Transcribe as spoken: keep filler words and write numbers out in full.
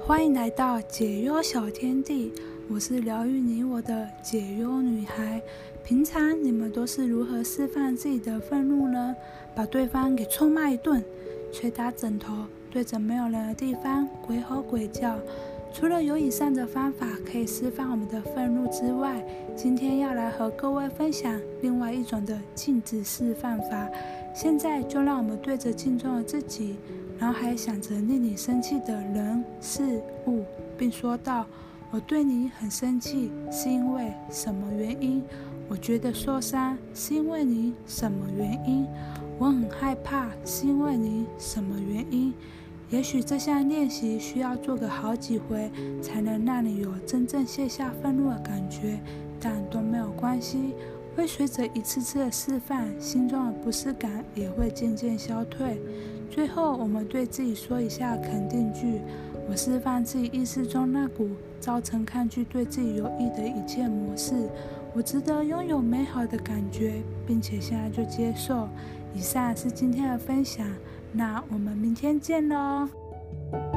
欢迎来到解忧小天地，我是疗愈你我的解忧女孩。平常你们都是如何释放自己的愤怒呢？把对方给臭骂一顿，捶打枕头，对着没有人的地方鬼吼鬼叫。除了有以上的方法可以释放我们的愤怒之外，今天要来和各位分享另外一种的镜子释放法。现在就让我们对着镜中的自己，然后还想着令你生气的人事物，并说道：我对你很生气，是因为什么原因？我觉得受伤，是因为你什么原因？我很害怕，是因为你什么原因？也许这项练习需要做个好几回，才能让你有真正卸下愤怒的感觉，但都没有关系，会随着一次次的释放，心中的不适感也会渐渐消退。最后，我们对自己说一下肯定句：我释放自己意识中那股造成抗拒对自己有益的一切模式，我值得拥有美好的感觉，并且现在就接受。以上是今天的分享，那我们明天见咯。